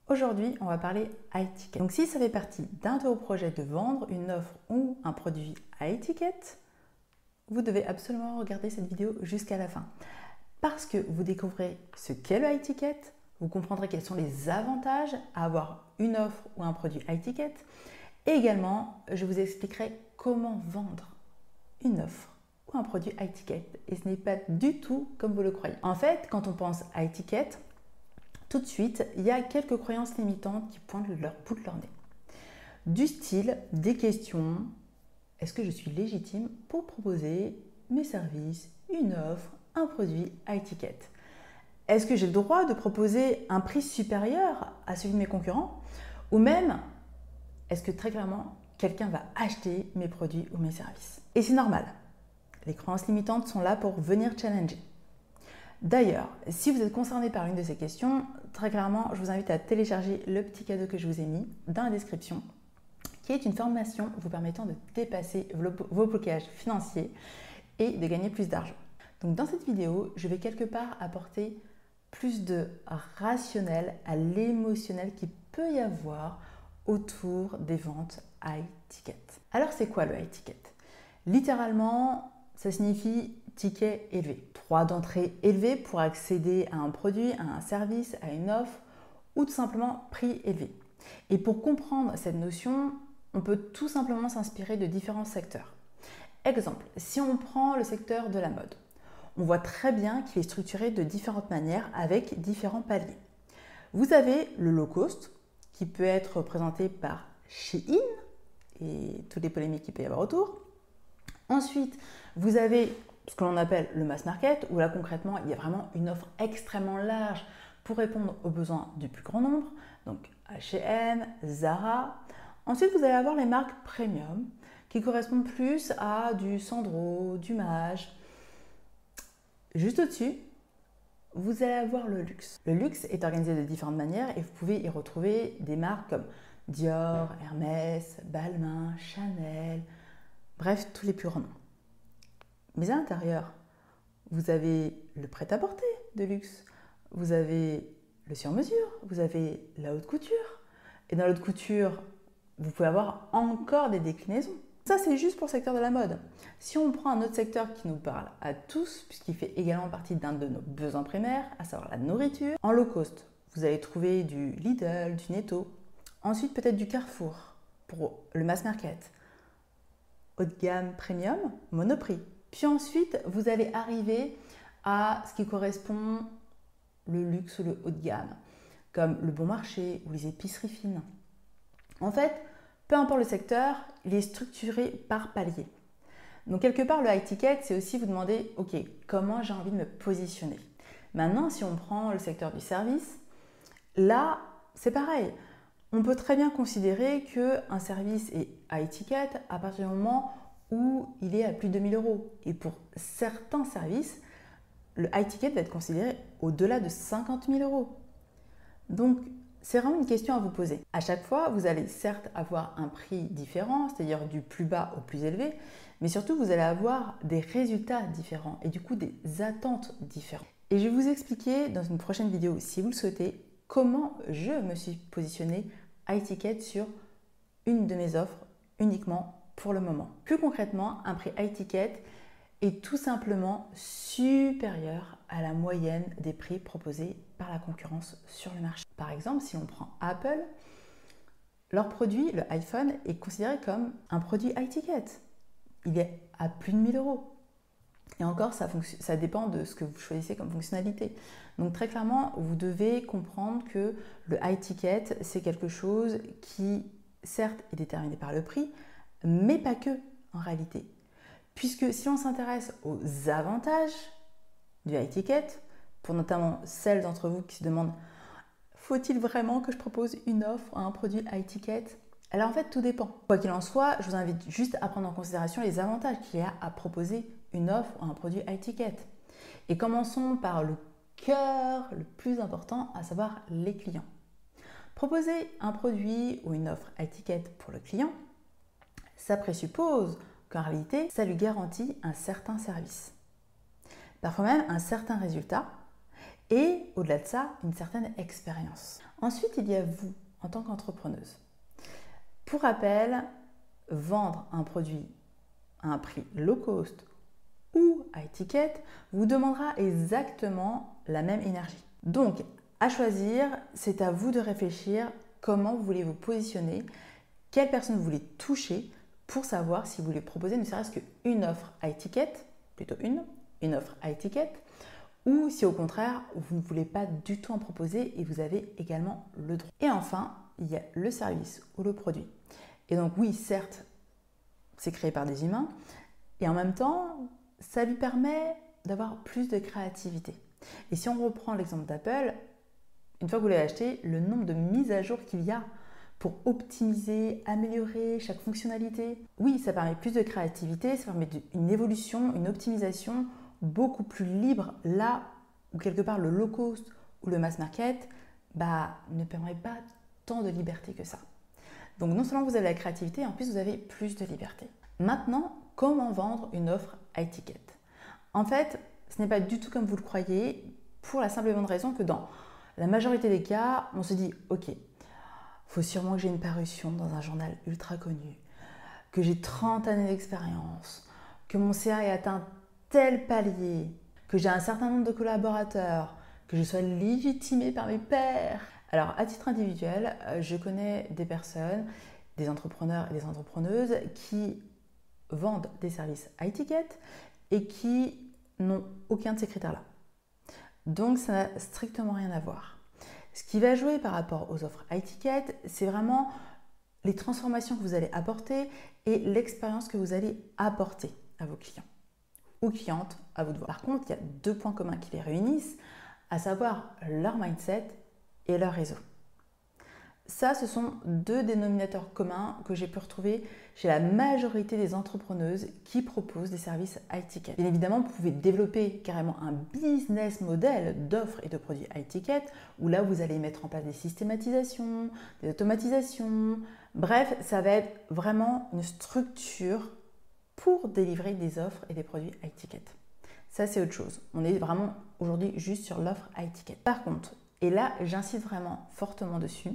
Aujourd'hui, on va parler high ticket. Donc si ça fait partie d'un de vos projets de vendre une offre ou un produit high ticket, vous devez absolument regarder cette vidéo jusqu'à la fin. Parce que vous découvrez ce qu'est le high ticket, vous comprendrez quels sont les avantages à avoir une offre ou un produit high ticket. Et également, je vous expliquerai comment vendre une offre ou un produit high ticket. Et ce n'est pas du tout comme vous le croyez. En fait, quand on pense high ticket, tout de suite, il y a quelques croyances limitantes qui pointent leur bout de leur nez. Du style des questions, est-ce que je suis légitime pour proposer mes services, une offre, un produit high ticket? Est-ce que j'ai le droit de proposer un prix supérieur à celui de mes concurrents? Ou même, est-ce que très clairement, quelqu'un va acheter mes produits ou mes services? Et c'est normal. Les croyances limitantes sont là pour venir challenger. D'ailleurs, si vous êtes concerné par une de ces questions, très clairement, je vous invite à télécharger le petit cadeau que je vous ai mis dans la description, qui est une formation vous permettant de dépasser vos blocages financiers et de gagner plus d'argent. Donc dans cette vidéo, je vais quelque part apporter plus de rationnel à l'émotionnel qu'il peut y avoir autour des ventes high ticket. Alors c'est quoi le high ticket? Littéralement, ça signifie ticket élevé. Droit d'entrée élevé pour accéder à un produit, à un service, à une offre ou tout simplement prix élevé. Et pour comprendre cette notion, on peut tout simplement s'inspirer de différents secteurs. Exemple, si on prend le secteur de la mode, on voit très bien qu'il est structuré de différentes manières avec différents paliers. Vous avez le low cost qui peut être représenté par Shein et toutes les polémiques qu'il peut y avoir autour. Ensuite, vous avez ce que l'on appelle le mass market, où là concrètement, il y a vraiment une offre extrêmement large pour répondre aux besoins du plus grand nombre, donc H&M, Zara. Ensuite, vous allez avoir les marques premium, qui correspondent plus à du Sandro, du Maje. Juste au-dessus, vous allez avoir le luxe. Le luxe est organisé de différentes manières et vous pouvez y retrouver des marques comme Dior, Hermès, Balmain, Chanel, bref, tous les plus grands noms. Mais à l'intérieur, vous avez le prêt-à-porter de luxe, vous avez le sur-mesure, vous avez la haute couture. Et dans la haute couture, vous pouvez avoir encore des déclinaisons. Ça, c'est juste pour le secteur de la mode. Si on prend un autre secteur qui nous parle à tous, puisqu'il fait également partie d'un de nos besoins primaires, à savoir la nourriture, en low cost, vous allez trouver du Lidl, du Netto, ensuite peut-être du Carrefour pour le mass market, haut de gamme premium, Monoprix. Puis ensuite, vous allez arriver à ce qui correspond le luxe ou le haut de gamme, comme le bon marché ou les épiceries fines. En fait, peu importe le secteur, il est structuré par palier. Donc quelque part, le high ticket, c'est aussi vous demander, ok, comment j'ai envie de me positionner. Maintenant, si on prend le secteur du service, là, c'est pareil. On peut très bien considérer qu'un service est high ticket à partir du moment où il est à plus de 2000 €. Et pour certains services, le high ticket va être considéré au-delà de 50 000 €. Donc, c'est vraiment une question à vous poser. À chaque fois, vous allez certes avoir un prix différent, c'est-à-dire du plus bas au plus élevé, mais surtout, vous allez avoir des résultats différents et du coup des attentes différentes. Et je vais vous expliquer dans une prochaine vidéo, si vous le souhaitez, comment je me suis positionnée high ticket sur une de mes offres uniquement pour le moment. Plus concrètement, un prix high ticket est tout simplement supérieur à la moyenne des prix proposés par la concurrence sur le marché. Par exemple, si on prend Apple, leur produit, le iPhone, est considéré comme un produit high ticket. Il est à plus de 1000 €. Et encore, ça dépend de ce que vous choisissez comme fonctionnalité. Donc très clairement, vous devez comprendre que le high ticket, c'est quelque chose qui, certes, est déterminé par le prix, mais pas que, en réalité. Puisque si on s'intéresse aux avantages du high ticket, pour notamment celles d'entre vous qui se demandent « faut-il vraiment que je propose une offre à un produit high ticket ?» Alors en fait, tout dépend. Quoi qu'il en soit, je vous invite juste à prendre en considération les avantages qu'il y a à proposer une offre ou un produit high ticket. Et commençons par le cœur le plus important, à savoir les clients. Proposer un produit ou une offre high ticket pour le client, ça présuppose qu'en réalité, ça lui garantit un certain service. Parfois même un certain résultat et au-delà de ça, une certaine expérience. Ensuite, il y a vous en tant qu'entrepreneuse. Pour rappel, vendre un produit à un prix low cost ou à étiquette vous demandera exactement la même énergie. Donc, à choisir, c'est à vous de réfléchir comment vous voulez vous positionner, quelle personne vous voulez toucher pour savoir si vous voulez proposer ne serait-ce qu'une offre à étiquette, plutôt une offre à étiquette, ou si au contraire, vous ne voulez pas du tout en proposer et vous avez également le droit. Et enfin, il y a le service ou le produit. Et donc oui, certes, c'est créé par des humains, et en même temps, ça lui permet d'avoir plus de créativité. Et si on reprend l'exemple d'Apple, une fois que vous l'avez acheté, le nombre de mises à jour qu'il y a pour optimiser, améliorer chaque fonctionnalité, oui, ça permet plus de créativité, ça permet une évolution, une optimisation beaucoup plus libre, là où quelque part le low cost ou le mass market ne permet pas tant de liberté que ça. Donc non seulement vous avez la créativité, en plus vous avez plus de liberté. Maintenant, comment vendre une offre à étiquette? En fait, ce n'est pas du tout comme vous le croyez, pour la simple et bonne raison que dans la majorité des cas, on se dit « Ok, faut sûrement que j'ai une parution dans un journal ultra connu, que j'ai 30 années d'expérience, que mon CA ait atteint tel palier, que j'ai un certain nombre de collaborateurs, que je sois légitimée par mes pairs. » Alors, à titre individuel, je connais des personnes, des entrepreneurs et des entrepreneuses qui vendent des services à étiquette et qui n'ont aucun de ces critères-là. Donc, ça n'a strictement rien à voir. Ce qui va jouer par rapport aux offres à étiquette, c'est vraiment les transformations que vous allez apporter et l'expérience que vous allez apporter à vos clients ou clientes, à vous de voir. Par contre, il y a deux points communs qui les réunissent, à savoir leur mindset et leur réseau. Ça, ce sont deux dénominateurs communs que j'ai pu retrouver chez la majorité des entrepreneuses qui proposent des services à étiquette. Bien évidemment, vous pouvez développer carrément un business model d'offres et de produits à étiquette où là, vous allez mettre en place des systématisations, des automatisations. Bref, ça va être vraiment une structure pour délivrer des offres et des produits à étiquette. Ça, c'est autre chose. On est vraiment aujourd'hui juste sur l'offre à étiquette. Par contre, et là, j'insiste vraiment fortement dessus,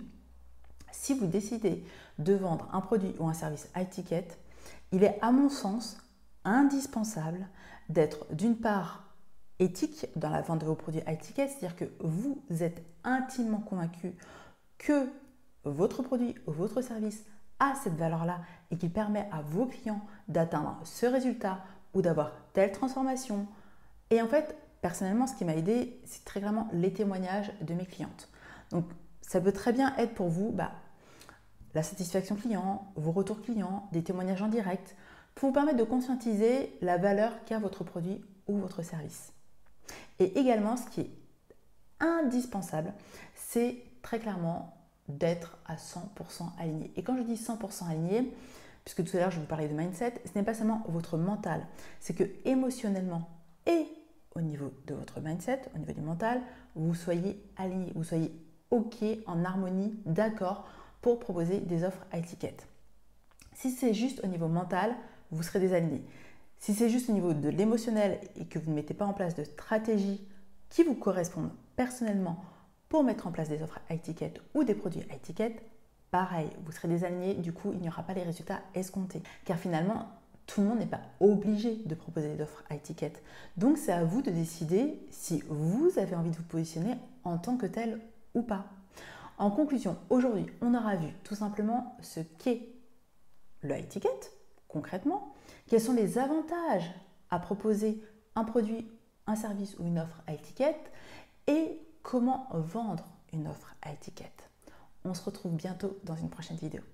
si vous décidez de vendre un produit ou un service à étiquette, il est à mon sens indispensable d'être d'une part éthique dans la vente de vos produits à étiquette, c'est-à-dire que vous êtes intimement convaincu que votre produit ou votre service a cette valeur-là et qu'il permet à vos clients d'atteindre ce résultat ou d'avoir telle transformation. Et en fait, personnellement, ce qui m'a aidé, c'est très clairement les témoignages de mes clientes. Donc, ça peut très bien être pour vous la satisfaction client, vos retours clients, des témoignages en direct, pour vous permettre de conscientiser la valeur qu'a votre produit ou votre service. Et également, ce qui est indispensable, c'est très clairement d'être à 100% aligné. Et quand je dis 100% aligné, puisque tout à l'heure je vous parlais de mindset, ce n'est pas seulement votre mental, c'est que émotionnellement et au niveau de votre mindset, au niveau du mental, vous soyez aligné, vous soyez OK, en harmonie, d'accord pour proposer des offres à étiquette. Si c'est juste au niveau mental, vous serez désaligné. Si c'est juste au niveau de l'émotionnel et que vous ne mettez pas en place de stratégies qui vous correspondent personnellement pour mettre en place des offres à étiquette ou des produits à étiquette, pareil, vous serez désaligné, du coup il n'y aura pas les résultats escomptés. Car finalement, tout le monde n'est pas obligé de proposer des offres à étiquette. Donc c'est à vous de décider si vous avez envie de vous positionner en tant que tel ou pas. En conclusion, aujourd'hui, on aura vu tout simplement ce qu'est le étiquette, concrètement, quels sont les avantages à proposer un produit, un service ou une offre à étiquette et comment vendre une offre à étiquette. On se retrouve bientôt dans une prochaine vidéo.